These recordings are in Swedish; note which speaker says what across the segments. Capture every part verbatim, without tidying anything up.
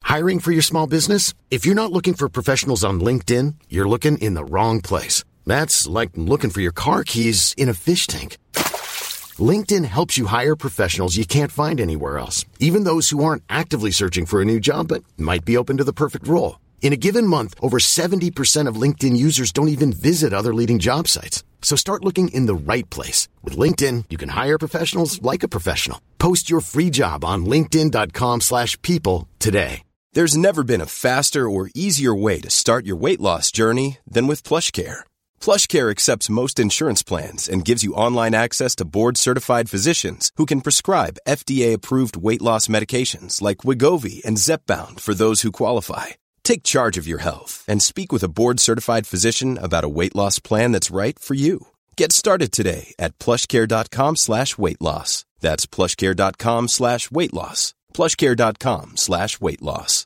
Speaker 1: Hiring for your small business? If you're not looking for professionals on LinkedIn, you're looking in the wrong place. That's like looking for your car keys in a fish tank. LinkedIn helps you hire professionals you can't find anywhere else, even those who aren't actively searching for a new job but might be open to the perfect role. In a given month, over seventy percent of LinkedIn users don't even visit other leading job sites. So start looking in the right place. With LinkedIn, you can hire professionals like a professional. Post your free job on linkedin dot com slash people today.
Speaker 2: There's never been a faster or easier way to start your weight loss journey than with PlushCare. PlushCare accepts most insurance plans and gives you online access to board-certified physicians who can prescribe F D A-approved weight loss medications like Wegovy and Zepbound for those who qualify. Take charge of your health and speak with a board-certified physician about a weight loss plan that's right for you. Get started today at plushcare.com slash weight loss. That's plushcare.com slash weight loss. plushcare.com slash weight loss.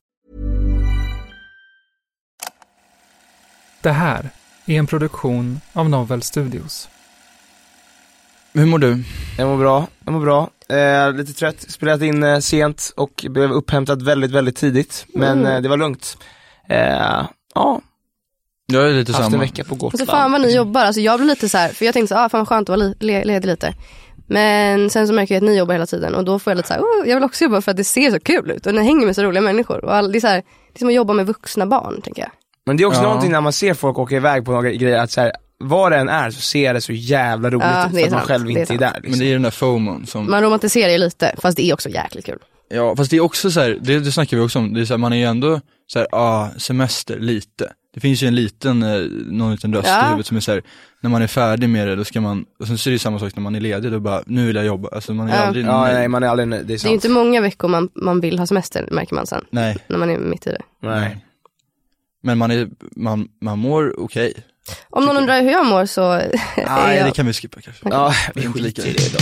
Speaker 3: Det här är en produktion av Novel Studios.
Speaker 4: Hur mår du?
Speaker 5: Jag mår bra, jag mår bra. Eh, lite trött, spelat in eh, sent och blev upphämtad väldigt, väldigt tidigt. Men
Speaker 6: mm.
Speaker 5: eh, det var lugnt. Eh, ja.
Speaker 4: Jag är lite
Speaker 5: haft
Speaker 4: samma.
Speaker 5: en vecka på Gotland.
Speaker 6: Så fan vad ni jobbar. Alltså jag blir lite så här, för jag tänkte så ah, fan vad skönt att vara le- ledig lite. Men sen så märker jag att ni jobbar hela tiden. Och då får jag lite så här, oh, jag vill också jobba för att det ser så kul ut. Och ni hänger med så roliga människor. Och all, det, är så här, det är som att jobba med vuxna barn, tänker jag.
Speaker 5: Men det är också
Speaker 4: ja.
Speaker 5: någonting när man ser folk åka iväg på några grejer. Att så här, vad det än är så ser det så jävla roligt
Speaker 6: Ja,
Speaker 5: ut.
Speaker 6: det är
Speaker 5: För att man
Speaker 6: sant,
Speaker 5: själv
Speaker 6: det är
Speaker 5: inte är
Speaker 6: sant.
Speaker 5: där. Liksom.
Speaker 4: Men det är den där FOMOn som...
Speaker 6: Man romantiserar ju lite, fast det är också jäkligt kul.
Speaker 4: Ja, fast det är också så här, det, det snackar vi också om. Det är så här, man är ju ändå så här, ah, semester lite. Det finns ju en liten, eh, någon liten röst
Speaker 6: Ja.
Speaker 4: i huvudet som är så här, när man är färdig med det, då ska man, och sen så är det ju samma sak när man är ledig, då bara, nu vill jag jobba. Alltså man är
Speaker 6: Ja.
Speaker 4: aldrig
Speaker 5: Ja,
Speaker 4: nöjd.
Speaker 5: nej, man är aldrig nöjd. Det är
Speaker 6: Det är
Speaker 5: sant.
Speaker 6: ju inte många veckor man, man vill ha semester, märker man sen.
Speaker 4: Nej.
Speaker 6: När man är mitt i det.
Speaker 5: Nej.
Speaker 4: Men man är, man, man mår okej. Okay.
Speaker 6: Om någon undrar hur jag mår så är
Speaker 4: Nej,
Speaker 6: jag...
Speaker 4: det kan vi skippa kanske.
Speaker 5: Ja,
Speaker 4: Det är
Speaker 5: vi
Speaker 4: inte lika.
Speaker 5: skiter i det idag.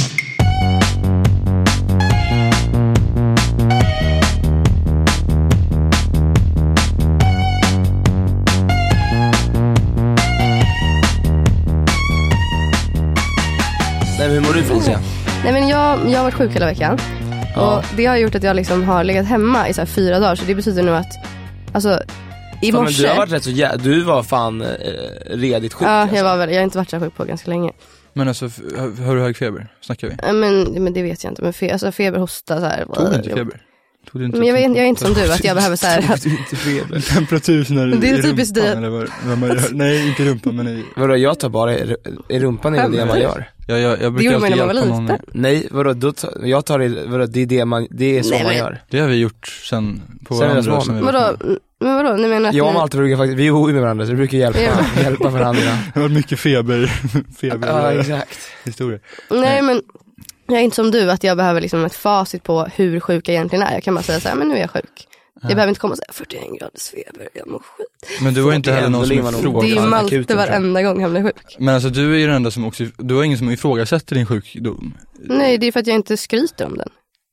Speaker 5: Nej, hur mår du, Felicia?
Speaker 6: Nej, men jag, jag har varit sjuk hela veckan.
Speaker 5: Ja.
Speaker 6: Och det har gjort att jag liksom har legat hemma i så här fyra dagar. Så det betyder nu att, alltså, i
Speaker 5: Fan,
Speaker 6: morse...
Speaker 5: men du har varit rätt så jä- Du var fan eh, redigt sjuk.
Speaker 6: Ja,
Speaker 5: alltså.
Speaker 6: jag var väl, jag har inte varit så här sjuk på ganska länge.
Speaker 4: Men alltså, f- har har du hög feber? Snackar vi?
Speaker 6: Ja, Men, men det vet jag inte. Men fe, alltså feber, hosta så här.
Speaker 4: Tog du inte feber? Tog du inte
Speaker 6: Men jag, vet, jag är inte som du, att jag behöver så här...
Speaker 5: Du är inte feber.
Speaker 4: Temperatur när
Speaker 6: Det är
Speaker 4: i
Speaker 6: typiskt
Speaker 4: rumpan,
Speaker 6: det.
Speaker 4: eller vad, vad man gör. Nej, inte rumpan, men i...
Speaker 5: Vadå, jag tar bara i, i rumpan är det man gör.
Speaker 4: Jag, jag, jag
Speaker 6: Det
Speaker 4: brukar
Speaker 6: gjorde man
Speaker 4: alltid
Speaker 6: när man var
Speaker 4: hjälpa någon.
Speaker 6: liten.
Speaker 5: Nej, vadå, då tar, jag tar i, vadå, det är det man, det är så
Speaker 6: Nej,
Speaker 5: man
Speaker 6: men-
Speaker 5: gör.
Speaker 4: Det har vi gjort sen på
Speaker 5: Sen är det
Speaker 4: varandra.
Speaker 5: små.
Speaker 4: Sen vi var
Speaker 6: Vadå?
Speaker 4: små.
Speaker 6: Men vadå? Ni menar att
Speaker 5: Jag och
Speaker 6: ni...
Speaker 5: Malte brukar faktiskt, vi är ihop med varandra så vi brukar hjälpa,
Speaker 6: Ja.
Speaker 5: hjälpa varandra.
Speaker 4: Det har varit mycket feber, feber
Speaker 5: Ja, exakt.
Speaker 4: historia.
Speaker 6: Nej, men jag är inte som du, att jag behöver liksom ett facit på hur sjuk jag egentligen är. Jag kan bara säga så här, men nu är jag sjuk. Jag behöver inte komma och säga fyrtioen graders feber, jag mår skit.
Speaker 4: Men du var inte heller någon som
Speaker 5: Det är
Speaker 6: Det är ju
Speaker 4: ifrågasätter.
Speaker 6: Malte
Speaker 5: akuten, tror jag.
Speaker 6: varenda gång han blir sjuk.
Speaker 4: Men alltså du är ju den enda som också, du har ingen som ifrågasätter din sjukdom.
Speaker 6: Nej, det är för att jag inte skryter om den.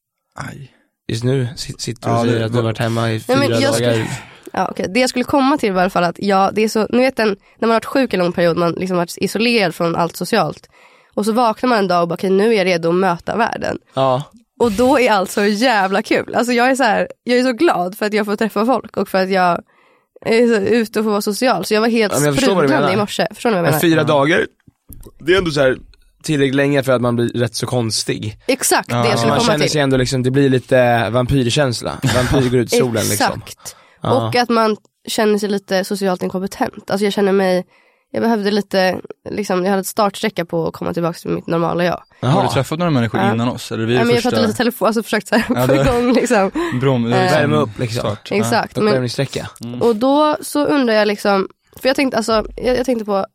Speaker 4: Aj.
Speaker 5: Just nu sit- sitter du
Speaker 4: Ja,
Speaker 5: och
Speaker 4: det
Speaker 5: säger att du har
Speaker 4: var-
Speaker 5: varit hemma i
Speaker 6: Nej,
Speaker 5: fyra
Speaker 6: men jag
Speaker 5: dagar.
Speaker 6: skulle- Ja, okej. Det jag skulle komma till var i alla fall att ja, det är så, ni vet den, när man har varit sjuk en lång period, man liksom varit isolerad från allt socialt. Och så vaknar man en dag och bara, okej, nu är jag redo att möta världen.
Speaker 5: Ja.
Speaker 6: Och då är allt så jävla kul. Alltså jag är så här, jag är så glad för att jag får träffa folk och för att jag är så ute och får vara social. Så jag var helt
Speaker 5: Ja, men jag förstår vad du
Speaker 6: sprudlande
Speaker 5: menar.
Speaker 6: i morse. Förstår ni vad jag
Speaker 5: Men
Speaker 6: menar?
Speaker 5: fyra dagar, det är ändå så här tillräckligt länge för att man blir rätt så konstig.
Speaker 6: Exakt, det
Speaker 4: Ja,
Speaker 6: jag skulle
Speaker 5: Man
Speaker 6: komma
Speaker 5: känner
Speaker 6: till.
Speaker 5: sig ändå liksom, det blir lite vampyrkänsla. Vampyr går ut i solen liksom.
Speaker 6: Exakt.
Speaker 5: Ja.
Speaker 6: Och att man känner sig lite socialt inkompetent. Alltså jag känner mig, jag behövde lite, liksom, jag hade ett startsträcka på att komma tillbaka till mitt normala jag.
Speaker 4: Har du
Speaker 5: Jaha.
Speaker 4: träffat några människor
Speaker 6: Ja.
Speaker 4: innan oss? Eller vi är
Speaker 6: Ja, men jag
Speaker 4: första
Speaker 6: pratade lite telefon, alltså försökt så här,
Speaker 4: Ja,
Speaker 6: få
Speaker 4: det-
Speaker 6: igång liksom.
Speaker 4: brom, det är
Speaker 6: Eh,
Speaker 5: Värma upp liksom.
Speaker 4: start.
Speaker 6: Exakt. Men,
Speaker 5: Uppvärmningssträcka.
Speaker 6: och då så undrar jag liksom, för jag tänkte, alltså, jag, jag tänkte på,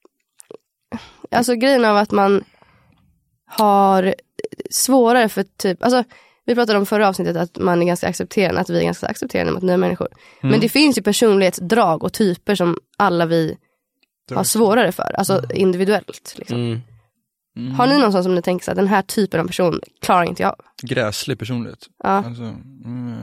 Speaker 6: alltså grejen av att man har svårare för typ, alltså vi pratade om förra avsnittet att man är ganska accepterande, att vi är ganska accepterande mot nya människor.
Speaker 4: Mm.
Speaker 6: Men det finns ju personlighetsdrag och typer som alla vi har svårare för, alltså individuellt liksom.
Speaker 5: Mm.
Speaker 4: Mm.
Speaker 6: Har ni någon sån som ni tänker så att den här typen av person klarar inte jag?
Speaker 4: Gräslig personlighet.
Speaker 6: Ja.
Speaker 4: Alltså, mm.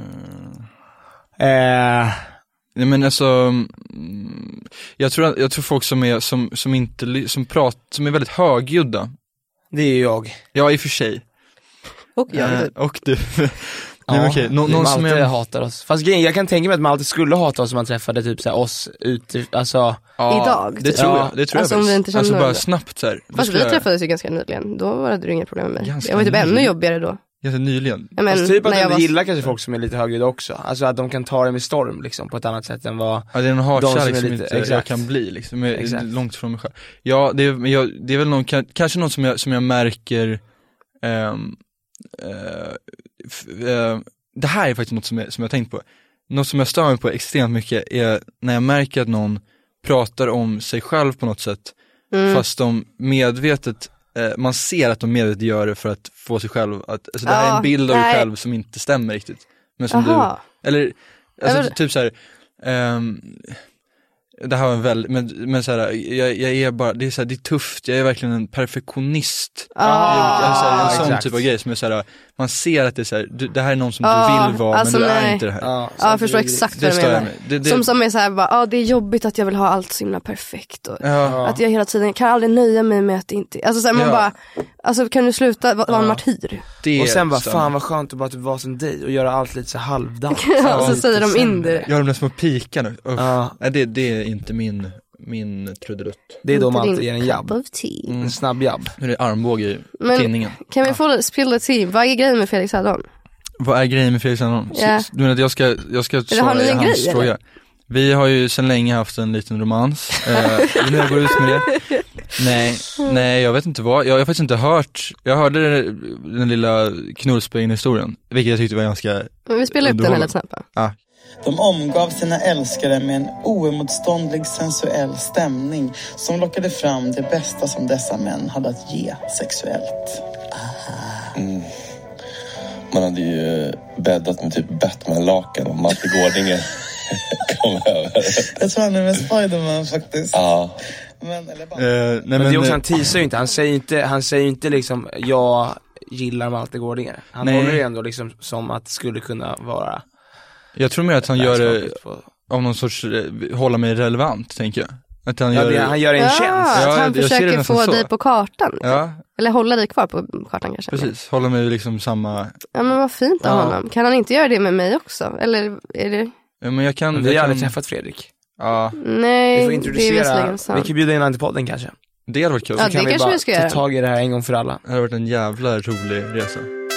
Speaker 5: Eh,
Speaker 4: Nej men alltså mm, jag tror jag tror folk som är som som inte ly- som pratar som är väldigt högljudda.
Speaker 5: det är ju jag.
Speaker 4: Ja, i och för sig.
Speaker 6: Och jag,
Speaker 4: Eh, och du.
Speaker 5: Ja,
Speaker 4: Nej, men okej, nå- någon som
Speaker 5: Malte
Speaker 4: jag...
Speaker 5: hatar oss. Fast grejen, jag kan tänka mig att Malte skulle hata oss om man träffade typ såhär oss ute, alltså
Speaker 4: Ja,
Speaker 6: Idag,
Speaker 4: det
Speaker 6: typ.
Speaker 4: tror
Speaker 5: Ja.
Speaker 4: jag, det tror
Speaker 6: Alltså,
Speaker 4: jag
Speaker 6: om vi
Speaker 4: faktiskt.
Speaker 6: inte känner
Speaker 4: Alltså bara
Speaker 6: varandra.
Speaker 4: snabbt så här.
Speaker 6: Fast vi träffades ju ganska nyligen, då var det inga problem med mig.
Speaker 4: Ganska
Speaker 6: Jag var typ ännu
Speaker 4: nyligen.
Speaker 6: jobbigare då.
Speaker 4: Ganska nyligen.
Speaker 6: Ja, men,
Speaker 5: fast typ att
Speaker 6: när jag
Speaker 5: du
Speaker 6: var...
Speaker 5: gillar kanske folk som är lite högre också. Alltså att de kan ta det med storm liksom, på ett annat sätt än vad
Speaker 4: Ja, det är en
Speaker 5: De
Speaker 4: hatkärlek
Speaker 5: som är
Speaker 4: som,
Speaker 5: lite-
Speaker 4: inte jag
Speaker 5: exakt.
Speaker 4: kan bli liksom, jag är
Speaker 5: Exakt.
Speaker 4: långt från mig själv. Ja, det är, men jag, det är väl någon, ka- kanske något som jag, som jag märker ehm, eh, f, eh, det här är faktiskt något som jag, som jag har tänkt på. Något som jag stör mig på extremt mycket är när jag märker att någon pratar om sig själv på något sätt,
Speaker 6: Mm.
Speaker 4: fast de medvetet eh, man ser att de medvetet gör det för att få sig själv att, alltså det här är
Speaker 6: Ja,
Speaker 4: en bild av dig
Speaker 6: nej.
Speaker 4: själv som inte stämmer riktigt. Men som
Speaker 6: Jaha.
Speaker 4: du, eller alltså
Speaker 6: Jag vill-
Speaker 4: typ så här. ehm, det här var en väldigt, men, men så här, jag, jag är bara, det är så här, det är tufft, jag är verkligen en perfektionist.
Speaker 6: Ah,
Speaker 4: Jag, så här, en sån
Speaker 5: exakt.
Speaker 4: typ av grej som är så här, man ser att det är så här, du, det här är någon som
Speaker 6: Ah,
Speaker 4: du vill vara,
Speaker 6: alltså
Speaker 4: men du är
Speaker 6: nej.
Speaker 4: inte det här.
Speaker 5: Ja,
Speaker 6: Ja, jag förstår exakt
Speaker 4: Det
Speaker 6: vad du
Speaker 4: stör jag
Speaker 6: menar.
Speaker 4: mig. Det, det,
Speaker 6: Som, som är såhär, ja ah, det är jobbigt att jag vill ha allt så himla perfekt och
Speaker 4: ja,
Speaker 6: att jag hela tiden kan aldrig nöja mig med att det inte, alltså såhär, man
Speaker 4: Ja.
Speaker 6: bara, alltså kan du sluta vara en martyr?
Speaker 4: det
Speaker 5: Och sen bara,
Speaker 4: stör
Speaker 5: fan
Speaker 4: mig.
Speaker 5: vad skönt att bara typ vara som dig och göra allt lite så halvdant.
Speaker 6: Och så säger de in det.
Speaker 4: Jag har de där små pikarna. Uff.
Speaker 5: Ja,
Speaker 4: Nej, det, det är inte min, min trudelutt.
Speaker 5: det är då
Speaker 6: Inte
Speaker 5: Malte
Speaker 6: din
Speaker 5: ger en
Speaker 6: cup
Speaker 5: jabb.
Speaker 6: of tea.
Speaker 5: En snabb jabb.
Speaker 4: Nu är det armbåge i
Speaker 6: Men-
Speaker 4: tinningen.
Speaker 6: Kan vi få spill the tea? Vad är grejen med Felix Hadon?
Speaker 4: Vad är grejen med Felix Sandholm?
Speaker 6: Ja.
Speaker 4: Du menar att jag ska, jag ska
Speaker 6: har
Speaker 4: svara
Speaker 6: ni
Speaker 4: i
Speaker 6: en
Speaker 4: hans
Speaker 6: grej,
Speaker 4: fråga?
Speaker 6: eller?
Speaker 4: Vi har ju sedan länge haft en liten romans. Eh, vill ni gå ut med det? Nej, nej jag vet inte vad. Jag har faktiskt inte hört. Jag hörde den lilla knullspegeln-historien, vilket jag tyckte var ganska...
Speaker 6: Men vi spelar upp den här lite snabbt va?
Speaker 4: Ja.
Speaker 7: De omgav sina älskare med en oemotståndlig sensuell stämning som lockade fram det bästa som dessa män hade att ge sexuellt.
Speaker 8: Mm. Man hade ju bäddat med typ Batman-lakan och Malte Gårdinge kom över.
Speaker 7: Jag tror han är med Spiderman faktiskt.
Speaker 8: Ja.
Speaker 7: Men, eller bara...
Speaker 4: Eh, nej,
Speaker 5: Men det är också,
Speaker 4: eh,
Speaker 5: han teasar ju inte, han säger ju inte, han säger ju inte liksom, jag gillar Malte Gårdinge. Han
Speaker 4: Nej.
Speaker 5: håller ju ändå liksom som att det skulle kunna vara
Speaker 4: jag tror mer att han gör det
Speaker 5: vänskapligt på-
Speaker 4: av någon sorts, eh, hålla mig relevant, tänker jag. Att han
Speaker 5: Ja,
Speaker 4: gör
Speaker 5: det, han gör en
Speaker 6: Ja,
Speaker 5: tjänst.
Speaker 4: Ja,
Speaker 6: att han
Speaker 4: jag ser det
Speaker 6: försöker
Speaker 4: nästan
Speaker 6: få
Speaker 4: så.
Speaker 6: dig på kartan.
Speaker 4: Ja,
Speaker 6: Eller hålla dig kvar på kartan kanske.
Speaker 4: precis. Hålla mig liksom samma...
Speaker 6: Ja men vad fint av
Speaker 4: Ja.
Speaker 6: honom. Kan han inte göra det med mig också? Eller är det...
Speaker 4: Ja, men jag kan...
Speaker 5: Men vi har
Speaker 4: jag
Speaker 5: aldrig
Speaker 4: kan,
Speaker 5: träffat Fredrik.
Speaker 4: Ja,
Speaker 6: Nej,
Speaker 5: Vi får
Speaker 6: det är
Speaker 5: introducera,
Speaker 6: visserligen
Speaker 5: vi
Speaker 6: sant.
Speaker 5: kan bjuda in honom till podden kanske.
Speaker 4: det hade varit kul.
Speaker 6: Ja,
Speaker 4: Det
Speaker 6: det
Speaker 5: Kan vi
Speaker 6: kanske
Speaker 5: bara
Speaker 6: vi ska
Speaker 5: ta
Speaker 6: göra.
Speaker 5: tag i det här en gång för alla.
Speaker 4: hade varit en jävla rolig resa.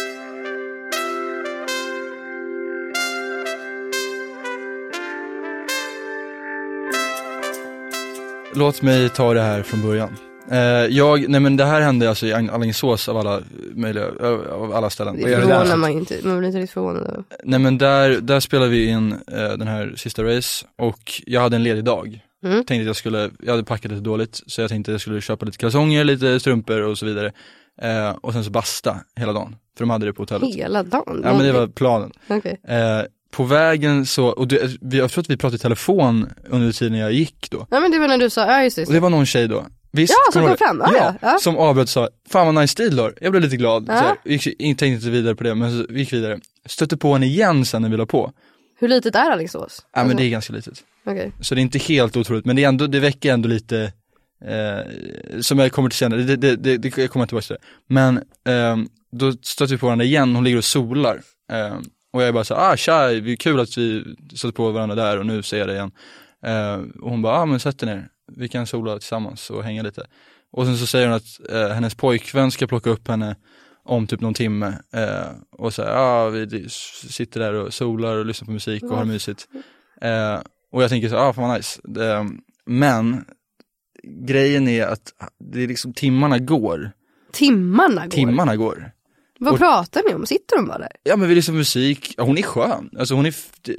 Speaker 4: Låt mig ta det här från början. Eh, jag, nej men det här hände alltså i Alingsås av alla möjliga, av alla ställen.
Speaker 6: Det
Speaker 5: Vad gör du där?
Speaker 6: förvånar man ju inte. Man blir inte riktigt förvånad över.
Speaker 4: Nej men där, där spelade vi in eh, den här sista race och jag hade en ledig dag.
Speaker 6: Mm.
Speaker 4: Tänkte att jag skulle, jag hade packat lite dåligt så jag tänkte att jag skulle köpa lite kalsonger, lite strumpor och så vidare. Eh, och sen så basta hela dagen, för de hade det på hotellet.
Speaker 6: Hela dagen?
Speaker 4: Ja men det var planen.
Speaker 6: Okej.
Speaker 4: Eh, på vägen så, och det, vi, jag tror att vi pratade i telefon under tiden jag gick då.
Speaker 6: Ja men det var när du sa, ja just det.
Speaker 4: Och det var någon tjej då. Visst,
Speaker 6: Ja, som
Speaker 4: kommer du
Speaker 6: kom
Speaker 4: ihåg det?
Speaker 6: fram. Ah,
Speaker 4: ja,
Speaker 6: ja, ja.
Speaker 4: som avbröt och sa, fan vad nice stil då. Jag blev lite glad.
Speaker 6: Ja.
Speaker 4: Så här, gick, inte tänkte inte vidare på det, men så, vi gick vidare. Stötte på henne igen sen när vi la på.
Speaker 6: Hur litet är Alingsås?
Speaker 4: Ja men det är ganska litet.
Speaker 6: Okej.
Speaker 4: Så det är inte helt otroligt, men det, är ändå, det väcker ändå lite, eh, som jag kommer till senare, det, det, det, det jag kommer tillbaka till det. Men eh, då stöter vi på varandra igen, hon ligger och solar. Eh, och jag är bara så ah tja, det är kul att vi stöter på varandra där och nu ser jag det igen. Eh, och hon bara, ah men sätt dig ner, vi kan sola tillsammans och hänga lite. Och sen så säger hon att eh, hennes pojkvän ska plocka upp henne om typ någon timme. Eh, och så ja, ah, vi sitter där och solar och lyssnar på musik och har det mysigt. Eh, och jag tänker så, ah fan vad nice. Eh, men grejen är att det är liksom timmarna går.
Speaker 6: Timmarna går?
Speaker 4: Timmarna går.
Speaker 6: Vad
Speaker 4: och-
Speaker 6: pratar ni om? Sitter de bara där?
Speaker 4: Ja men vi lyssnar på musik. Ja, hon är skön. Alltså hon är f-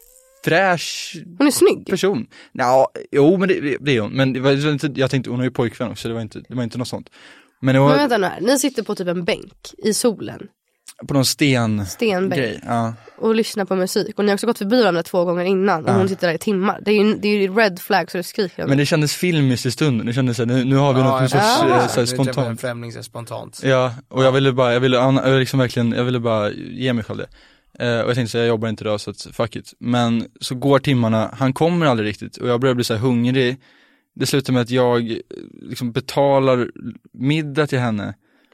Speaker 4: fräsch
Speaker 6: Hon är snygg.
Speaker 4: person. Ja, jo men det, det är hon. Men det var inte, jag tänkte, hon har ju pojkvän också. Det var inte, det var inte något sånt. Men det var
Speaker 6: Men vänta nu här, ni sitter på typ en bänk i solen.
Speaker 4: på någon sten
Speaker 6: Stenbänk.
Speaker 4: grej. Ja.
Speaker 6: Och lyssnar på musik. Och ni har också gått förbi varandra två gånger innan. Och
Speaker 4: Ja.
Speaker 6: hon sitter där i timmar. Det är ju, det är ju red flag så det skriker.
Speaker 4: Men det kändes filmiskt i stunden. Det kändes så här, nu, nu har vi något med sorts
Speaker 6: ja.
Speaker 4: eh,
Speaker 5: Ja,
Speaker 4: så här,
Speaker 5: nu träffar jag en
Speaker 4: spontant.
Speaker 5: främling så här spontant.
Speaker 4: Ja, och jag ville bara, jag ville, jag ville liksom verkligen, jag ville bara ge mig själv det. Eh, och jag tänkte så här, jag jobbar inte idag så att fuck it. Men så går timmarna, han kommer aldrig riktigt. Och jag börjar bli så här hungrig. Det slutar med att jag eh, liksom betalar middag till henne.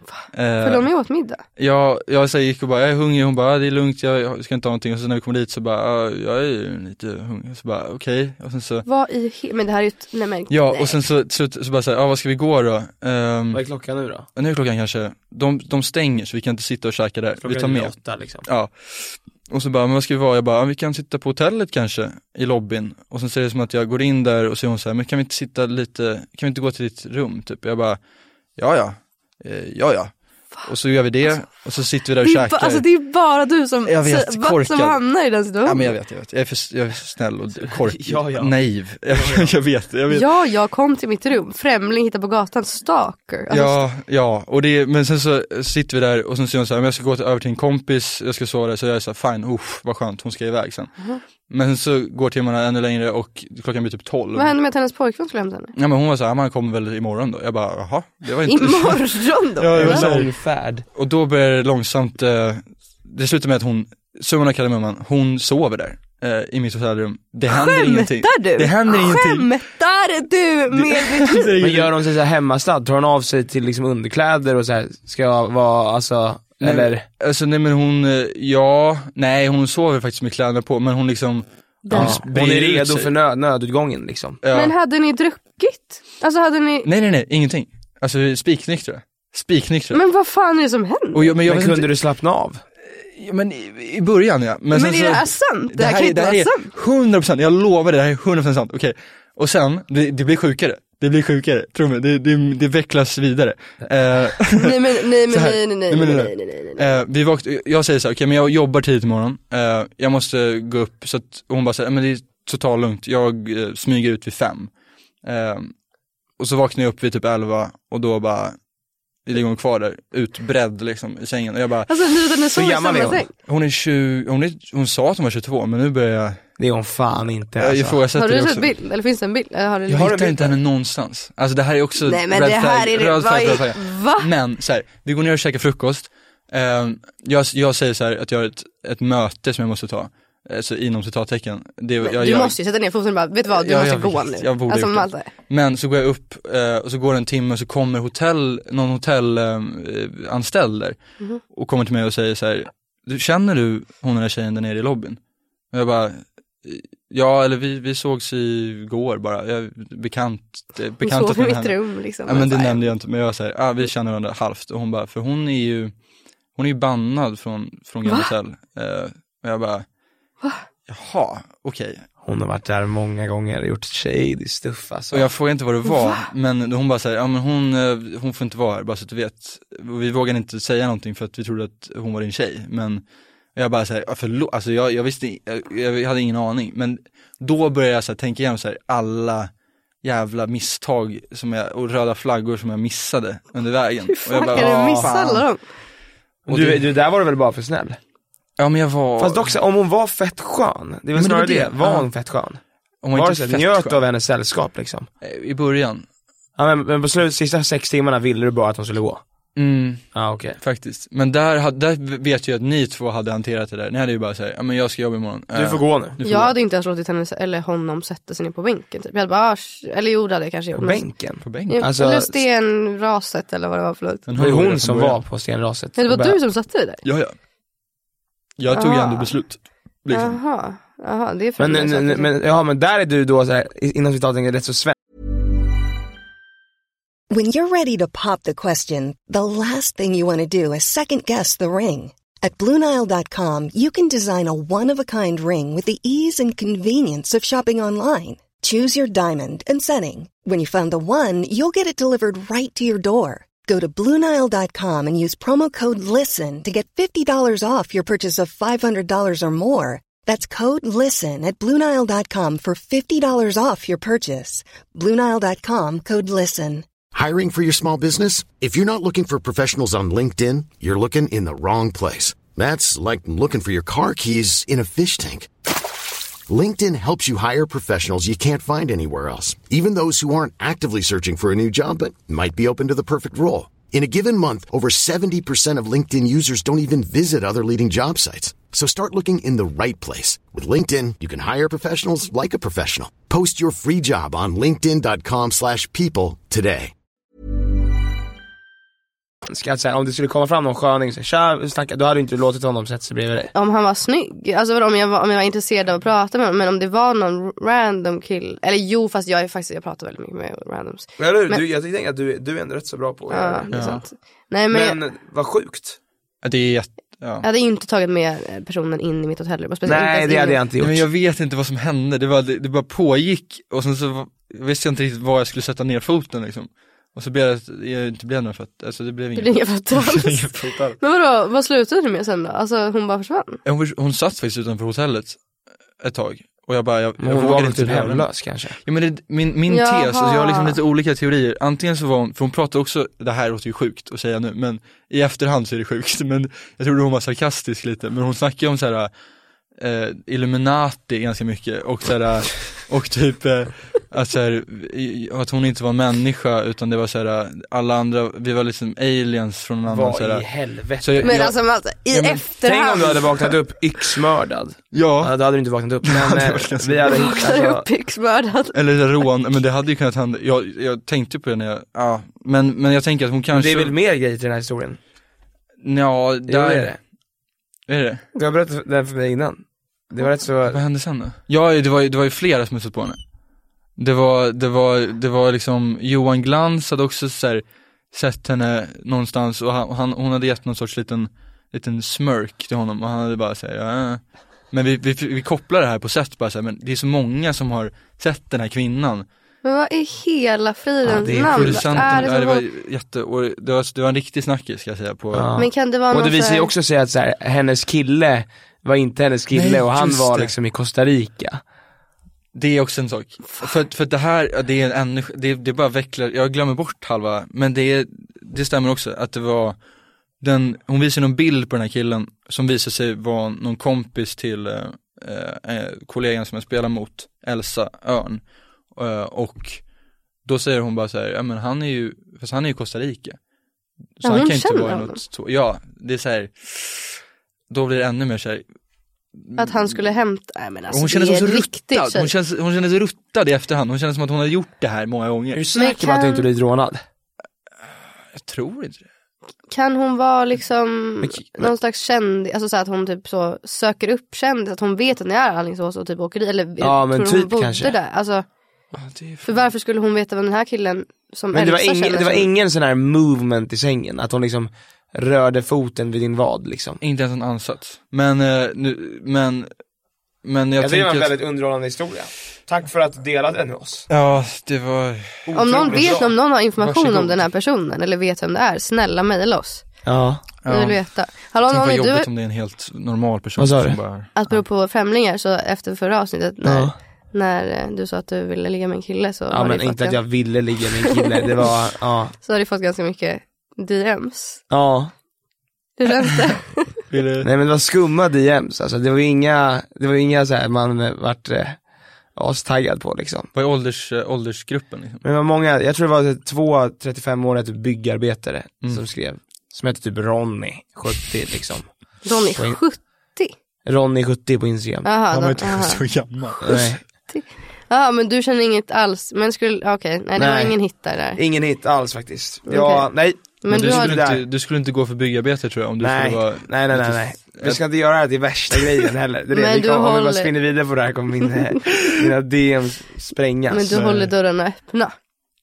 Speaker 6: För de är åt middag.
Speaker 4: Ja, jag så gick och bara, jag är hungrig, hon bara, det är lugnt, jag ska inte ha någonting. Och så när vi kom dit så bara, jag är lite hungrig. Så bara, okej. Okay. Och sen så...
Speaker 6: Vad i he- men det här är ju ett... Nej, men...
Speaker 4: Ja,
Speaker 6: nej.
Speaker 4: och sen så, så, så bara så här, ja vad ska vi gå då? Um,
Speaker 5: Vad är klockan nu då?
Speaker 4: Nu är klockan kanske, de, de stänger så vi kan inte sitta och käka där.
Speaker 5: Klockan
Speaker 4: vi tar med.
Speaker 5: åtta liksom.
Speaker 4: Ja. Och så bara, men vad ska vi vara? Jag bara, ja, vi kan sitta på hotellet kanske, i lobbyn. Och sen ser det som att jag går in där och så är hon så här, men kan vi inte sitta lite, kan vi inte gå till ditt rum typ? Jag bara, ja ja, eh, ja ja. Och så gör vi det, och så sitter vi där och
Speaker 6: det
Speaker 4: käkar.
Speaker 6: Ba, alltså det är bara du som,
Speaker 4: jag vet,
Speaker 6: så, som hamnar i den situationen.
Speaker 4: Ja men jag vet, jag vet. Jag är för, jag är för snäll och korkig,
Speaker 5: ja, ja.
Speaker 4: naiv. Jag, jag, vet, jag vet.
Speaker 6: Ja, jag kom till mitt rum. Främling hittar på gatan, stalker. Alltså,
Speaker 4: ja, ja. Och det, men sen så sitter vi där och sen säger hon så här, men jag ska gå till, över till en kompis, jag ska sova där. Så jag är så här, fine, uff, vad skönt, hon ska iväg sen. Uh-huh. Men så går timmarna ännu längre och klockan blir typ tolv.
Speaker 6: Vad hände med att hennes pojkvän skulle hämta henne?
Speaker 4: Ja men hon var så här, man kommer väl imorgon då. Jag bara, jaha, det var inte...
Speaker 6: Imorgon då?
Speaker 4: Ja, det var så
Speaker 5: lång färd.
Speaker 4: Och då börjar det långsamt, eh, det slutar med att hon, summan av kardemumman, hon sover där. Eh, I mitt hotellrum. Det händer
Speaker 6: Skämtar
Speaker 4: ingenting.
Speaker 6: du?
Speaker 4: Det händer ingenting.
Speaker 6: Skämtar du med mitt liv?
Speaker 5: Men gör hon sig så här hemmastad? Tar hon av sig till liksom underkläder och så här, ska jag vara, alltså,
Speaker 4: nej,
Speaker 5: eller?
Speaker 4: Alltså nej men hon, eh, ja, nej hon sover faktiskt med kläderna på, men hon liksom
Speaker 5: ja. Hon är redo för nö- nödutgången liksom.
Speaker 4: Ja.
Speaker 6: Men hade ni druckit? Alltså hade ni...
Speaker 4: Nej nej nej, ingenting. Alltså spiknyktra. Spiknyktra.
Speaker 6: Men vad fan är det som händer?
Speaker 5: Och jag, men jag men kunde inte... du slappna av?
Speaker 4: Ja, men i, i början ja. Men,
Speaker 6: men
Speaker 4: sen
Speaker 6: är
Speaker 4: så,
Speaker 6: det här sant? Det,
Speaker 4: det här,
Speaker 6: här kan inte
Speaker 4: det här
Speaker 6: vara
Speaker 4: är
Speaker 6: sant.
Speaker 4: hundra procent, jag lovar det, det här är hundra procent sant. Okej. Okay. Och sen, det, det blir sjukare. Det blir sjukare, tror mig. Det, det, det vecklas vidare. Uh,
Speaker 6: nej men nej men nej nej nej nej nej nej nej nej.
Speaker 4: Uh, vi vakt, jag säger så här, okej okay, men jag jobbar tidigt imorgon. Uh, jag måste gå upp så att hon bara säger, men det är totalt lugnt. Jag uh, smyger ut vid fem. Uh, och så vaknar jag upp vid typ elva och då bara vi ligger hon kvar där, utbredd liksom i sängen. Och jag bara,
Speaker 6: alltså nu den är så gammal är hon?
Speaker 4: Hon är tjugo, hon, är, hon sa att hon var tjugotvå, men nu börjar jag...
Speaker 5: Det är hon fan inte
Speaker 4: alltså.
Speaker 6: Har du sett bild? Eller finns det en bild? Har du
Speaker 4: jag hittar bild? Inte henne någonstans. Alltså det här är också
Speaker 6: nej, men det här är det,
Speaker 4: flag,
Speaker 6: är,
Speaker 4: flag, va? Men så här, vi går ner och käkar frukost. uh, jag, jag säger så här att jag har ett, ett möte som jag måste ta. Alltså inom citattecken. Det, jag,
Speaker 6: du
Speaker 4: jag,
Speaker 6: måste ju sätta ner foten och bara, vet du vad, du
Speaker 4: ja,
Speaker 6: måste
Speaker 4: jag,
Speaker 6: gå
Speaker 4: jag,
Speaker 6: nu.
Speaker 4: Jag borde
Speaker 6: alltså,
Speaker 4: men så går jag upp eh, och så går det en timme och så kommer hotell, någon hotellanställd eh, där mm-hmm. och kommer till mig och säger så här, du, känner du hon den där tjejen där nere i lobbyn? Och jag bara, ja eller vi, vi sågs igår bara, jag bekant, bekant
Speaker 6: hon såg i mitt rum liksom.
Speaker 4: Ja men det nämnde jag inte, men jag säger, ah, vi känner varandra halvt och hon bara, för hon är ju hon är ju bannad från, från Grand Hotel eh, och jag bara va? Jaha, okej. Okay.
Speaker 5: Hon har varit där många gånger och gjort shady stuff alltså.
Speaker 4: Och jag frågade inte vad det var, va? Men hon bara säger, ja men hon, hon får inte vara här, bara så att du vet. Vi vågade inte säga någonting för att vi trodde att hon var din tjej. Men jag bara säger, förlåt, alltså jag, jag visste, jag, jag hade ingen aning. Men då började jag så här, tänka igenom så här, alla jävla misstag som jag, och röda flaggor som jag missade under vägen.
Speaker 6: Hur fan
Speaker 4: och jag bara,
Speaker 6: kan du missa alla dem?
Speaker 5: Och du, du, där var du väl bara för snäll?
Speaker 4: Ja men jag var...
Speaker 5: Fast också, om hon var fett skön, det är väl snarare det, det. Var hon fett skön?
Speaker 4: Hon var, var inte fett
Speaker 5: njöt skön av hennes sällskap liksom?
Speaker 4: I början.
Speaker 5: Ja men, men på slut, sista sex timmarna ville du bara att hon skulle gå?
Speaker 4: Mm.
Speaker 5: Ja okej.
Speaker 4: Okay. Faktiskt. Men där, där vet jag att ni två hade hanterat det där. Ni hade ju bara sagt, ja men jag ska jobba imorgon.
Speaker 5: Du får gå nu.
Speaker 6: Jag gå. hade inte ens låtit henne eller honom sätta sig ner på bänken typ. Jag hade bara, eller jo det hade jag kanske gjort.
Speaker 5: På bänken?
Speaker 4: På bänken?
Speaker 6: Alltså, eller stenraset eller vad det var för något.
Speaker 5: Det var hon som var på stenraset.
Speaker 6: Men det var du som satte dig där?
Speaker 4: Ja ja. Jag tog ju ändå beslut. Liksom.
Speaker 6: Jaha, jaha, det är för
Speaker 5: men, men, men, ja, men där är du då så här, innan vi tar det rätt så svensk.
Speaker 9: When you're ready to pop the question, the last thing you want to do is second guess the ring. At Blue Nile dot com you can design a one-of-a-kind ring with the ease and convenience of shopping online. Choose your diamond and setting. When you find the one, you'll get it delivered right to your door. Go to Blue Nile dot com and use promo code LISTEN to get fifty dollars off your purchase of five hundred dollars or more. That's code LISTEN at Blue Nile dot com for fifty dollars off your purchase. Blue Nile dot com, code LISTEN.
Speaker 1: Hiring for your small business? If you're not looking for professionals on LinkedIn, you're looking in the wrong place. That's like looking for your car keys in a fish tank. LinkedIn helps you hire professionals you can't find anywhere else, even those who aren't actively searching for a new job but might be open to the perfect role. In a given month, over seventy percent of LinkedIn users don't even visit other leading job sites. So start looking in the right place. With LinkedIn, you can hire professionals like a professional. Post your free job on linkedin dot com slash people today.
Speaker 5: svensk. Att så här, om det skulle komma fram någon sköning så tja, snacka, då hade inte du låtit honom sätta sig bredvid dig.
Speaker 6: Om han var snygg, alltså om jag var, om jag var intresserad av att prata med honom, men om det var någon random kill, eller jo, fast jag är faktiskt, jag pratar väldigt mycket med randoms.
Speaker 5: Eller,
Speaker 6: men,
Speaker 5: du, jag tänker att du, du är ändå rätt så bra på att
Speaker 6: ja,
Speaker 5: göra
Speaker 6: det. Är
Speaker 5: ja.
Speaker 6: sant. Nej, men,
Speaker 5: men vad sjukt.
Speaker 4: Det är jätte, ja.
Speaker 6: Jag hade inte tagit med personen in i mitt hotellrum.
Speaker 5: Nej, det hade jag inte gjort.
Speaker 4: Men jag vet inte vad som hände, det, var, det, det bara pågick och sen så visste jag inte riktigt var jag skulle sätta ner foten liksom. Och så blev det, jag inte blev några fötter, alltså det blev
Speaker 6: inga, det blev inga fötter alls. Men vadå, vad slutade du med sen då? Alltså hon bara försvann?
Speaker 4: Hon, hon satt faktiskt utanför hotellet ett tag. Och jag bara, jag, jag
Speaker 5: hon var inte hemlös kanske.
Speaker 4: Ja men det, min, min tes, alltså jag har liksom lite olika teorier. Antingen så var hon, för hon pratar också, det här låter ju sjukt att säga nu, men i efterhand så är det sjukt. Men jag trodde hon var sarkastisk lite, men hon snackar ju om så här eh, Illuminati ganska mycket och så här, och typ eh, att, så här, att hon inte var en människa utan det var så här, alla andra, vi var liksom aliens från en annan.
Speaker 5: Vad i helvete?
Speaker 4: Så jag,
Speaker 6: men
Speaker 4: jag,
Speaker 6: alltså, alltså i ja, men, efterhand.
Speaker 5: Tänk om du hade vaknat upp yxmördad.
Speaker 4: Ja.
Speaker 5: ja. Då hade du inte vaknat upp. Men eh, vi hade
Speaker 6: vaknat upp yxmördad.
Speaker 4: Eller rån, men det hade ju kunnat hända. Jag, jag tänkte på det när jag, ja. Men, men jag tänker att hon kanske.
Speaker 5: Det är väl mer grejer till den här historien?
Speaker 4: Ja, där
Speaker 5: jo, är det.
Speaker 4: Är det?
Speaker 5: Du har berättat den för mig innan. Det var rätt så.
Speaker 4: Vad hände sen då? Ja, det var, det var ju flera som satt på henne. Det var, det var, det var liksom Johan Glans hade också så här, sett henne någonstans och han, han, hon hade gett någon sorts liten, liten smörk till honom och han hade bara sagt ja. Men vi, vi, vi kopplar det här på sätt bara så här, men det är så många som har sett den här kvinnan.
Speaker 6: Men vad är hela fridens
Speaker 4: ja,
Speaker 6: namn?
Speaker 4: Är det, ja, det var jätte, och det var, det var en riktig snackis ska jag säga på.
Speaker 6: Ja. Men kan det vara
Speaker 5: och det visar ju
Speaker 6: här...
Speaker 5: också säga att så här, hennes kille var inte hennes kille. Nej, och han var det. Liksom i Costa Rica.
Speaker 4: Det är också en sak. För, för det här, det är en det, det bara vecklar, jag glömmer bort halva, men det, det stämmer också att det var den, hon visar någon bild på den här killen som visar sig vara någon kompis till eh, eh, kollegan som jag spelar mot, Elsa Örn. Eh, och då säger hon bara så här, ja men han är ju, fast han är ju i Costa Rica. Så
Speaker 6: ja,
Speaker 4: han kan inte vara
Speaker 6: honom.
Speaker 4: något, to- ja, det är så här, då blir det ännu mer så här.
Speaker 6: Att han skulle hämta, nej men alltså
Speaker 4: hon kändes
Speaker 6: det är
Speaker 4: så
Speaker 6: riktigt
Speaker 4: ruttad. Hon kändes, hon kändes ruttad i efterhand. Hon kändes som att hon hade gjort det här många gånger.
Speaker 5: Är du säker på att du inte blivit rånad?
Speaker 4: Jag tror inte det.
Speaker 6: Kan hon vara liksom men, någon slags kändis, alltså så att hon typ så söker upp kändis, att hon vet att ni är Alingsås och typ åker dit, eller
Speaker 5: ja, men
Speaker 6: tror
Speaker 5: typ
Speaker 6: hon bodde
Speaker 5: kanske.
Speaker 6: Där, alltså
Speaker 5: ja, det
Speaker 6: för varför skulle hon veta vem den här killen som
Speaker 5: men det var,
Speaker 6: Elsa
Speaker 5: ingen, det var
Speaker 6: som...
Speaker 5: ingen sån här movement i sängen, att hon liksom rörde foten vid din vad liksom.
Speaker 4: Inte ens en ansats. Men, eh, nu, men Men jag,
Speaker 5: jag tänker det var en
Speaker 4: att...
Speaker 5: väldigt underhållande historia. Tack för att du delade den med oss.
Speaker 4: Ja, det var...
Speaker 6: Om någon vet,
Speaker 5: bra.
Speaker 6: om någon har information
Speaker 4: Varsågod.
Speaker 6: om den här personen eller vet vem det är, snälla mejla oss.
Speaker 5: Ja.
Speaker 6: Jag vill veta. Hallå,
Speaker 4: Tänk
Speaker 6: någon
Speaker 4: vad
Speaker 6: är
Speaker 4: jobbigt
Speaker 6: du...
Speaker 4: om det är en helt normal person.
Speaker 5: Vad sa
Speaker 4: som
Speaker 5: du?
Speaker 4: bara...
Speaker 6: Att bero på främlingar, så efter förra avsnittet när,
Speaker 5: Ja.
Speaker 6: när du sa att du ville ligga med en kille så
Speaker 5: Ja,
Speaker 6: har
Speaker 5: men
Speaker 6: du fått
Speaker 5: inte att jag ville ligga med en kille. Det var, ja.
Speaker 6: så har du fått ganska mycket D Ms.
Speaker 5: Ja.
Speaker 6: Hur känns det?
Speaker 4: det...
Speaker 5: Nej men det var skumma D Ms. Alltså det var ju inga, det var ju inga så här man eh, vart eh, astaggad på liksom.
Speaker 4: Vad är ålders, äh, åldersgruppen liksom?
Speaker 5: Men det var många, jag tror det var två trettiofem-åriga typ byggarbetare
Speaker 4: Mm.
Speaker 5: som skrev. Som hette typ Ronny, sjuttio liksom.
Speaker 6: Ronny,
Speaker 5: På in-
Speaker 6: sjuttio?
Speaker 5: Ronny sjuttio på Instagram.
Speaker 6: Jaha,
Speaker 4: Han var
Speaker 6: då-
Speaker 4: inte
Speaker 6: aha.
Speaker 4: så gammal.
Speaker 5: Nej.
Speaker 6: Ja, men du känner inget alls. Men skulle, okej, nej det var
Speaker 5: Nej.
Speaker 6: ingen hit där. där.
Speaker 5: Ingen hit alls faktiskt. Ja,
Speaker 6: Okej.
Speaker 5: nej.
Speaker 6: Men,
Speaker 4: Men
Speaker 6: du,
Speaker 4: du,
Speaker 6: har...
Speaker 4: skulle
Speaker 5: där.
Speaker 4: inte, du skulle inte gå för byggarbete tror jag om du
Speaker 5: Nej.
Speaker 4: skulle vara...
Speaker 5: nej, nej, nej, nej. Vi ska inte göra det här till värsta grejen heller. Det är det.
Speaker 6: Men
Speaker 5: Vi
Speaker 6: du
Speaker 5: kommer, Om vi
Speaker 6: håller-
Speaker 5: bara spinner vidare på det här kommer min, eh, mina D M sprängas.
Speaker 6: men du håller dörrarna öppna.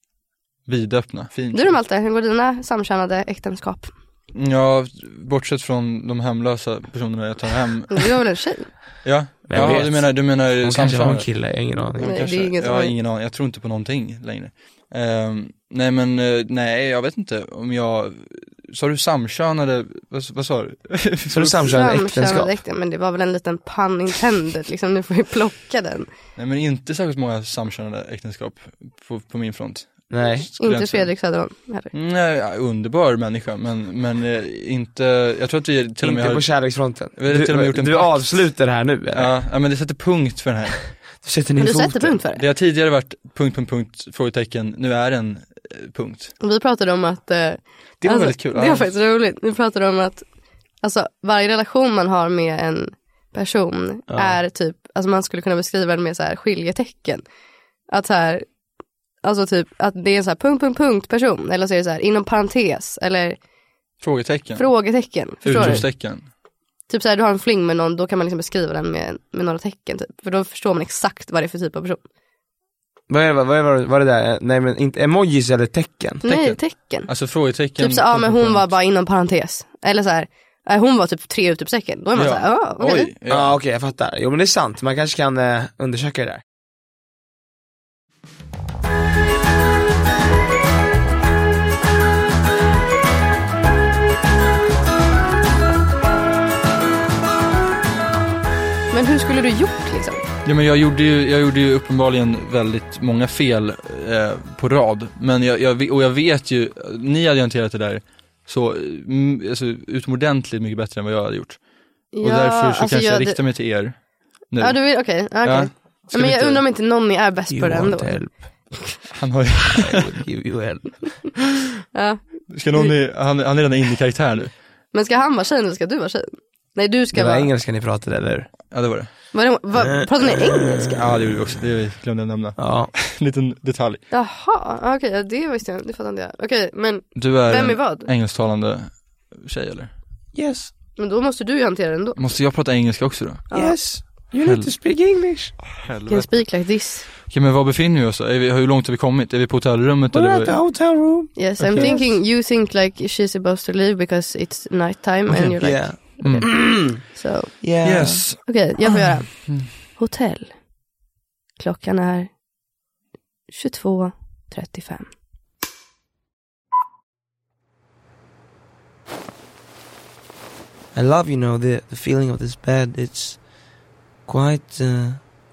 Speaker 4: Vidöppna, fint.
Speaker 6: Du då Malte, hur går dina samkönade äktenskap?
Speaker 4: Ja, bortsett från de hemlösa personerna jag tar hem.
Speaker 6: Du har väl en tjej?
Speaker 4: Ja,
Speaker 5: Vem
Speaker 4: ja
Speaker 5: vet?
Speaker 4: du menar, du menar
Speaker 5: Hon kanske har en
Speaker 4: samkönade.
Speaker 5: kille, jag har ingen aning.
Speaker 6: Nej,
Speaker 4: Kanske.
Speaker 6: det är ingen som
Speaker 4: jag har
Speaker 6: vet.
Speaker 4: ingen aning, jag tror inte på någonting längre. Ehm, nej men, eh, nej jag vet inte om jag, sa du samkönade, vad, vad sa du?
Speaker 5: Så du samkönade äktenskap?
Speaker 6: Samkönade äktenskap, men det var väl en liten pun intended, liksom, nu får vi plocka den.
Speaker 4: Nej men inte särskilt många samkönade äktenskap på, på min front.
Speaker 5: Nej.
Speaker 4: Skulle jag
Speaker 6: Inte
Speaker 4: säga.
Speaker 6: Fredrik Söderholm heller.
Speaker 4: Nej, ja, underbar människa, men, men eh, inte, jag tror att vi till och med
Speaker 5: Inte
Speaker 4: har...
Speaker 5: på kärleksfronten.
Speaker 4: Vi har till och med
Speaker 5: Du,
Speaker 4: gjort en
Speaker 5: du
Speaker 4: pakt.
Speaker 5: avslutar det här nu eller?
Speaker 4: Ja, ja, men det sätter punkt för den här.
Speaker 5: Du sätter
Speaker 6: Men
Speaker 5: ner
Speaker 6: du
Speaker 5: foten.
Speaker 6: sätter punkt för
Speaker 4: Det
Speaker 6: det.
Speaker 4: har tidigare varit punkt, punkt, punkt, frågetecken, nu är det en eh, punkt.
Speaker 6: Och vi pratade om att... Eh,
Speaker 4: Det var
Speaker 6: alltså,
Speaker 4: väldigt kul.
Speaker 6: Det var faktiskt roligt. Vi pratade om att alltså, varje relation man har med en person
Speaker 5: Ja.
Speaker 6: är typ, alltså man skulle kunna beskriva den med så här skiljetecken. Att så här, alltså typ att det är en så här punkt, punkt, punkt person. Eller så är det så här inom parentes. Eller
Speaker 4: Frågetecken.
Speaker 6: Frågetecken, förstår du?
Speaker 4: Utropstecken.
Speaker 6: Typ såhär, du har en fling med någon, då kan man liksom beskriva den med, med några tecken typ. För då förstår man exakt vad det är för typ av person.
Speaker 5: Vad är det, vad är det, vad är det där? Nej men inte emojis eller tecken?
Speaker 6: Nej,
Speaker 4: Tecken.
Speaker 6: tecken.
Speaker 4: Alltså frågetecken.
Speaker 6: Typ så, ja men hon var bara inom parentes. Eller så här, hon var typ tre utropstecken. Då är man
Speaker 4: Ja.
Speaker 6: såhär, ja okej.
Speaker 4: Oj,
Speaker 5: Ja ah, okej, okay, jag fattar. Jo men det är sant, man kanske kan eh, undersöka det där.
Speaker 6: Men hur skulle du gjort liksom?
Speaker 4: Ja, men jag gjorde ju, jag gjorde ju uppenbarligen väldigt många fel eh, på rad. Men jag, jag, och jag vet ju, ni hade hanterat det där så mm, alltså, utomordentligt mycket bättre än vad jag hade gjort.
Speaker 6: Ja,
Speaker 4: och därför så
Speaker 6: alltså
Speaker 4: kanske jag,
Speaker 6: jag
Speaker 4: riktar mig till er nu.
Speaker 6: Ja, du vill, okej, okay, okay.
Speaker 4: Ja,
Speaker 6: ja, men jag
Speaker 4: inte...
Speaker 6: undrar om inte någon är bäst
Speaker 5: You
Speaker 6: på det ändå.
Speaker 5: help.
Speaker 4: Han har ju...
Speaker 5: I will give you help.
Speaker 6: Ja.
Speaker 4: Ska någon i, han, han är redan inne i karaktär nu.
Speaker 6: Men ska han vara tjejen eller ska du vara tjejen? Nej, du ska
Speaker 5: Det var
Speaker 6: vara...
Speaker 5: engelska ni pratade, eller?
Speaker 4: Ja, det var det.
Speaker 6: Var det var, pratar ni engelska?
Speaker 4: Ja, det gjorde vi också. Det glömde jag nämna.
Speaker 5: Ja.
Speaker 4: Liten detalj.
Speaker 6: Jaha, okej, okay, ja, det visste jag, det fattar inte jag. Okej, okay, men
Speaker 4: du är
Speaker 6: vem är vad?
Speaker 4: engelsktalande tjej, eller?
Speaker 5: Yes.
Speaker 6: Men då måste du ju hantera den då.
Speaker 4: Måste jag prata engelska också då?
Speaker 6: Ja.
Speaker 5: Yes. You need to speak English.
Speaker 6: You can speak like this.
Speaker 4: Okej, men var befinner vi oss då? Är vi, hur långt har vi kommit? Är vi på hotellrummet?
Speaker 5: We're
Speaker 4: eller?
Speaker 5: at the hotel room.
Speaker 6: Yes,
Speaker 4: Okay.
Speaker 6: I'm thinking you think like she's supposed to leave because it's nighttime
Speaker 4: Okay.
Speaker 6: and you're like...
Speaker 5: Yeah.
Speaker 4: Mm.
Speaker 6: So,
Speaker 5: Yeah.
Speaker 4: Yes.
Speaker 6: okej, okay, jag får göra.
Speaker 4: Mm.
Speaker 6: Hotell. Klockan är tjugotvå trettiofem.
Speaker 5: I love, you know, the the feeling of this bed. It's quite uh,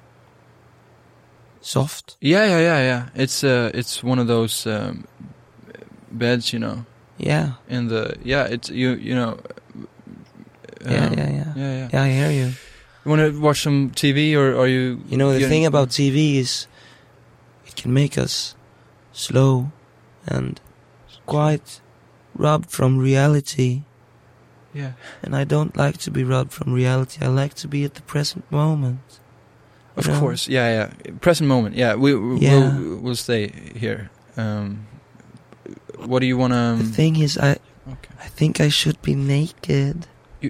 Speaker 5: soft.
Speaker 4: Yeah, yeah, yeah, yeah. It's uh, it's one of those um, beds, you know.
Speaker 5: Yeah.
Speaker 4: In the yeah, it's you, you know. Um,
Speaker 5: Yeah, yeah, yeah.
Speaker 4: Yeah, yeah.
Speaker 5: Yeah, I hear you.
Speaker 4: You want to watch some T V, or are you?
Speaker 5: You know, the
Speaker 4: getting-
Speaker 5: thing about T V is it can make us slow and quite robbed from reality.
Speaker 4: Yeah.
Speaker 5: And I don't like to be robbed from reality. I like to be at the present moment.
Speaker 4: Of
Speaker 5: You know?
Speaker 4: course, yeah, yeah. Present moment, yeah. We, we
Speaker 5: Yeah.
Speaker 4: we'll, we'll stay here. Um, what do you want to?
Speaker 5: The thing is, I
Speaker 4: Okay.
Speaker 5: I think I should be naked.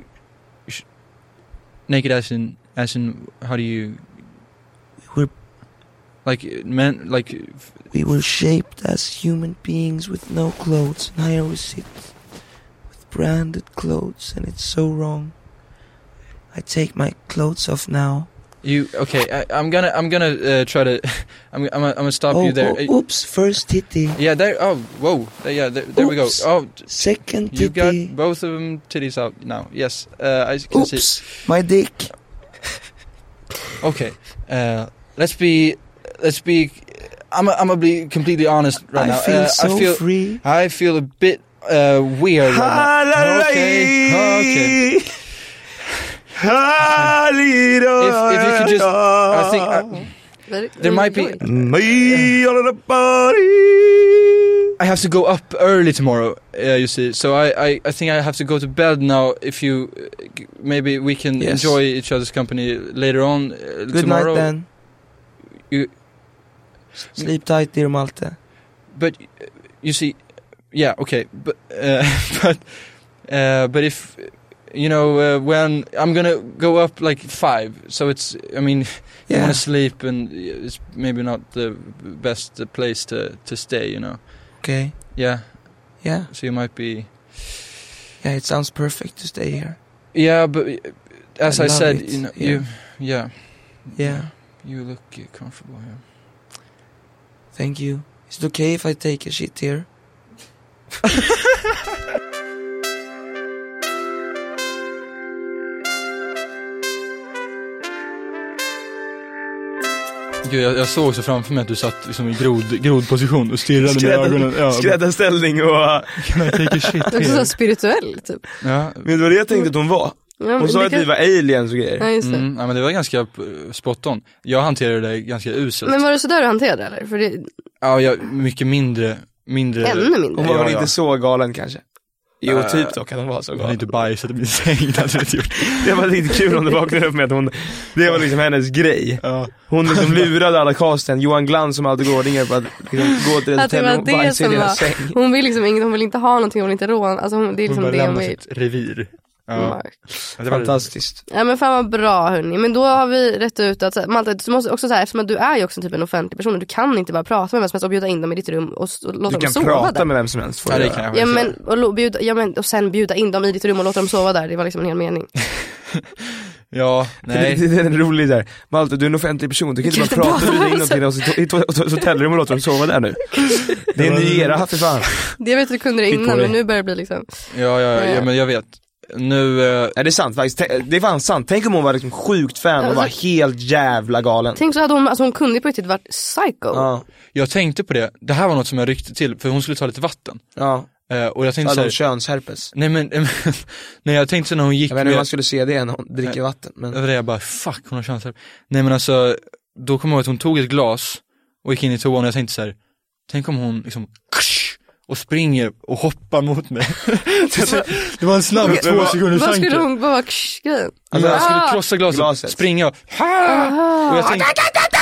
Speaker 4: Naked as in, as in, how do you?
Speaker 5: We were
Speaker 4: Like men, like.
Speaker 5: we were shaped as human beings with no clothes, and here we sit with branded clothes, and it's so wrong. I take my clothes off now.
Speaker 4: You okay? I, I'm gonna, I'm gonna uh, try to. I'm, I'm, gonna, I'm gonna stop
Speaker 5: oh,
Speaker 4: you there.
Speaker 5: oh, oops! First titty.
Speaker 4: Yeah, there. Oh, whoa. There, yeah, there, there we go.
Speaker 5: Oops.
Speaker 4: Oh,
Speaker 5: Second
Speaker 4: you got
Speaker 5: titty.
Speaker 4: both of them titties out now. Yes, uh, I can see.
Speaker 5: Oops! My dick.
Speaker 4: Okay, uh, let's be, let's be. I'm, I'm gonna be completely honest right
Speaker 5: I
Speaker 4: now.
Speaker 5: feel
Speaker 4: uh,
Speaker 5: so
Speaker 4: I feel,
Speaker 5: free.
Speaker 4: I feel a bit uh, weird right now. Okay, okay. If, if you could just, I think I, there might be.
Speaker 5: Me on the body.
Speaker 4: I have to go up early tomorrow. Uh, you see, so I, I, I think I have to go to bed now. If you, uh, g- maybe we can
Speaker 5: Yes.
Speaker 4: enjoy each other's company later on uh,
Speaker 5: Good
Speaker 4: tomorrow.
Speaker 5: night then.
Speaker 4: You,
Speaker 5: Sleep tight, dear Malte.
Speaker 4: but uh, you see, yeah, okay, but uh, but uh, but if you know uh, when I'm gonna go up like five, so it's I mean you
Speaker 5: Yeah.
Speaker 4: want to sleep and it's maybe not the best uh, place to to stay, you know.
Speaker 5: Okay.
Speaker 4: Yeah,
Speaker 5: Yeah.
Speaker 4: so you might be.
Speaker 5: Yeah, it sounds perfect to stay here.
Speaker 4: Yeah, but uh, as
Speaker 5: I
Speaker 4: I,
Speaker 5: love
Speaker 4: said,
Speaker 5: it,
Speaker 4: you know,
Speaker 5: yeah.
Speaker 4: you, yeah,
Speaker 5: Yeah.
Speaker 4: you look uh, comfortable here.
Speaker 5: Thank you. Is it okay if I take a shit here?
Speaker 4: Gud, jag, jag såg också framför mig att du satt liksom i grod, grodposition och stirrade med
Speaker 5: Skrädda-
Speaker 4: ögonen. Ja,
Speaker 5: Skräddarställning och...
Speaker 4: can I take a shit
Speaker 6: Också så
Speaker 4: here?
Speaker 6: spirituell typ.
Speaker 4: Ja,
Speaker 5: Men det var det jag tänkte att hon var.
Speaker 6: Ja, men
Speaker 5: Hon sa
Speaker 6: det
Speaker 5: att
Speaker 6: kan-
Speaker 5: vi var aliens och grejer.
Speaker 6: Ja, just det.
Speaker 4: mm, ja, men det var ganska uh, spot on. Jag hanterade det ganska uselt.
Speaker 6: Men var det så där du hanterade eller? För det,
Speaker 4: Ja, jag, mycket mindre, mindre.
Speaker 6: ännu mindre.
Speaker 5: Hon var
Speaker 4: Ja,
Speaker 5: väl
Speaker 4: ja.
Speaker 5: inte så galen kanske.
Speaker 10: Jo, typ då kan hon vara så
Speaker 4: Hon
Speaker 10: galen.
Speaker 4: hade inte bajsat i min säng. Det, hade inte gjort.
Speaker 10: Det var lite kul om det vaknade upp med att hon, det var liksom hennes grej.
Speaker 4: Ja.
Speaker 10: Hon liksom lurade alla casten, Johan Glans som alltid går ner på att liksom, gå till ett
Speaker 6: Att det
Speaker 10: hotell
Speaker 6: var
Speaker 10: och
Speaker 6: det
Speaker 10: bajsa i
Speaker 6: som
Speaker 10: deras
Speaker 6: var,
Speaker 10: säng.
Speaker 6: hon vill liksom inget, hon vill inte ha någonting, hon vill inte råna, alltså hon, det är liksom
Speaker 4: Hon bara
Speaker 6: det hon
Speaker 4: lämnar
Speaker 6: vill.
Speaker 4: sitt revir. Ja.
Speaker 6: Mark.
Speaker 4: Ja, det var
Speaker 10: Fantastiskt.
Speaker 6: Ja men fan vad bra hörni, men då har vi rätt ut att så här, Malte, du måste också säga, eftersom att du är ju också typ en offentlig person, du kan inte bara prata med vem som helst och bjuda in dem i ditt rum och, och låta
Speaker 10: Du
Speaker 6: dem
Speaker 10: kan
Speaker 6: sova
Speaker 10: prata
Speaker 6: där.
Speaker 10: med vem som helst får
Speaker 4: Ja,
Speaker 10: du
Speaker 4: det
Speaker 10: göra.
Speaker 4: kan jag
Speaker 6: Ja
Speaker 4: faktiskt
Speaker 6: men, och, lo- bjuda, ja men och sen bjuda in dem i ditt rum och låta dem sova där, det var liksom en hel mening.
Speaker 4: Ja, nej.
Speaker 10: Det, det är en rolig där. Malte, du är en offentlig person, du kan inte bara prata med in och till oss i ett hotellrum och låta dem sova där nu. Det är en ny era, för fan.
Speaker 6: Det vet du kunde det innan, men nu börjar det bli liksom.
Speaker 4: Ja, ja, ja, ja men jag vet. Nu... Eh...
Speaker 10: Ja, det är sant faktiskt, det är fan sant. Tänk om hon var liksom sjukt fan och var helt jävla galen.
Speaker 6: Tänk så hade hon, alltså hon kunde på riktigt varit psycho.
Speaker 10: Ja.
Speaker 4: Jag tänkte på det, det här var något som jag ryckte till, för hon skulle ta lite vatten.
Speaker 10: Ja.
Speaker 4: Uh, och jag
Speaker 10: Så
Speaker 4: tänkte
Speaker 10: hade hon
Speaker 4: så här,
Speaker 10: könsherpes.
Speaker 4: nej men, nej jag tänkte så när hon gick
Speaker 10: Jag vet inte hur
Speaker 4: med,
Speaker 10: man skulle se det när hon dricker vatten, men...
Speaker 4: över det jag bara, fuck hon har könsherpes. Nej men alltså, då kom jag ihåg att hon tog ett glas och gick in i toan och jag tänkte så här, tänk om hon liksom och springer och hoppar mot mig. Det var en snabb
Speaker 10: Men
Speaker 4: två
Speaker 10: vad-
Speaker 4: sekunders
Speaker 6: Vad
Speaker 4: tanke.
Speaker 6: skulle hon, vad var ksh-grejen?
Speaker 4: Alltså, jag skulle
Speaker 6: Ah!
Speaker 4: krossa glaset,
Speaker 10: Glaset.
Speaker 4: springa och, och jag tänkte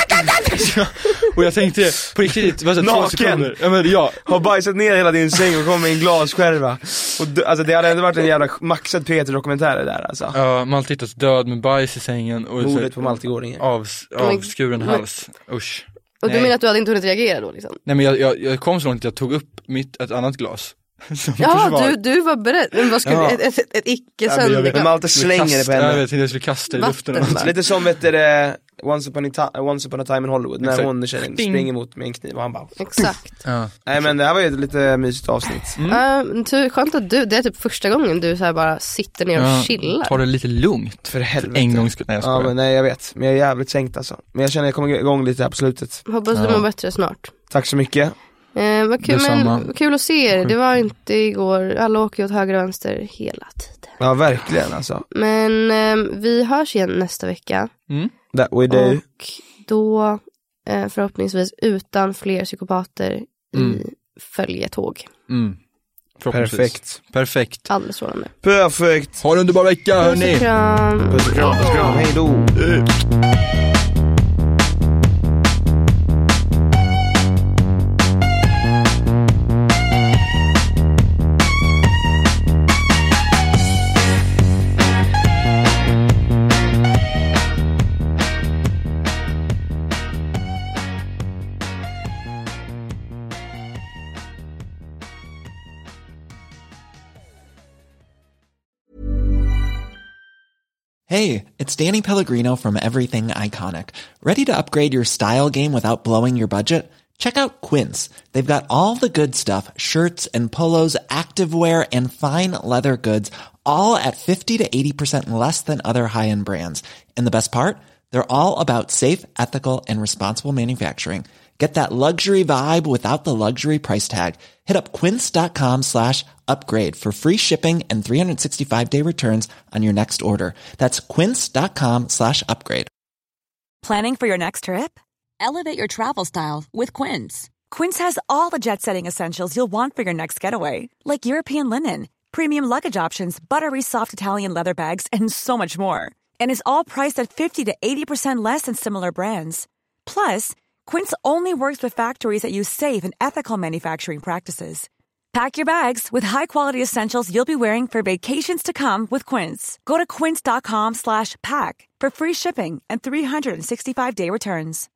Speaker 4: och jag tänkte på riktigt, det var så två
Speaker 10: Naken.
Speaker 4: sekunder. Ja men ja,
Speaker 10: Har bajsat ner hela din säng och kommer med en glasskärva. Och d- alltså det hade ändå varit en jävla maxad Peter-dokumentär det där alltså.
Speaker 4: ja Malte hittas död med bajs i sängen och
Speaker 10: Mordet på Malte Gårdinge.
Speaker 4: av, avskuren
Speaker 6: Men-
Speaker 4: hals. Usch.
Speaker 6: Och du
Speaker 4: Nej.
Speaker 6: menar att du hade inte hunnit reagera då liksom?
Speaker 4: Nej men jag, jag, jag kom så långt att jag tog upp mitt, ett annat glas. Som
Speaker 6: Ja,
Speaker 4: försvar.
Speaker 6: du, du var beredd. Men vad skulle,
Speaker 10: Ja.
Speaker 6: ett, ett, ett, ett icke
Speaker 4: Ja, men jag vet-
Speaker 10: Men
Speaker 6: sönderglas.
Speaker 10: Malte slänger det på
Speaker 4: Jag
Speaker 10: henne.
Speaker 4: vet inte, jag skulle kasta det i
Speaker 6: Vatten
Speaker 4: luften eller något.
Speaker 6: bara.
Speaker 10: Lite som vet du det, Once upon, a ti- Once upon a time in Hollywood. När
Speaker 4: Exakt.
Speaker 10: hon tjejen
Speaker 4: Ding.
Speaker 10: springer mot med en kniv och han bara...
Speaker 6: Exakt.
Speaker 4: Ja.
Speaker 10: Nej men det här var ju ett lite mysigt avsnitt.
Speaker 6: Mm. Uh, ty, skönt att du, det är typ första gången du så här bara sitter ner och
Speaker 4: Ja,
Speaker 6: chillar.
Speaker 4: ta det lite lugnt.
Speaker 10: För helvete.
Speaker 4: En gång skulle, nej jag skojar.
Speaker 10: Ja men nej jag vet, men jag är jävligt sänkt alltså. Men jag känner att jag kommer igång lite här på slutet.
Speaker 6: Hoppas du
Speaker 4: Ja.
Speaker 6: mår bättre snart.
Speaker 10: Tack så mycket.
Speaker 6: Eh, vad kul,
Speaker 4: Detsamma.
Speaker 6: men, kul att se er. Det var inte igår. Alla åker ju åt höger och vänster hela tiden.
Speaker 10: Ja verkligen alltså.
Speaker 6: Men eh, vi hörs igen nästa vecka.
Speaker 10: That we do.
Speaker 6: Och då eh, förhoppningsvis utan fler psykopater
Speaker 4: Mm.
Speaker 6: i följetåg.
Speaker 4: Mm. Förhoppningsvis.
Speaker 10: Perfekt.
Speaker 4: Perfekt.
Speaker 6: Alldeles strålande.
Speaker 10: Perfekt.
Speaker 4: Ha en underbar vecka
Speaker 6: Puss
Speaker 4: hörni.
Speaker 6: och kram.
Speaker 10: Puss och kram, puss och kram, hej då.
Speaker 11: Hey, it's Danny Pellegrino from Everything Iconic. Ready to upgrade your style game without blowing your budget? Check out Quince. They've got all the good stuff, shirts and polos, activewear, and fine leather goods, all at fifty to eighty percent less than other high-end brands. And the best part? They're all about safe, ethical, and responsible manufacturing. Get that luxury vibe without the luxury price tag. Hit up quince.com slash upgrade for free shipping and three sixty-five day returns on your next order. That's quince.com slash upgrade.
Speaker 12: Planning for your next trip? Elevate your travel style with Quince. Quince has all the jet-setting essentials you'll want for your next getaway, like European linen, premium luggage options, buttery soft Italian leather bags, and so much more. And is all priced at fifty to eighty percent less than similar brands. Plus, Quince only works with factories that use safe and ethical manufacturing practices. Pack your bags with high-quality essentials you'll be wearing for vacations to come with Quince. Go to quince.com slash pack for free shipping and three sixty-five day returns.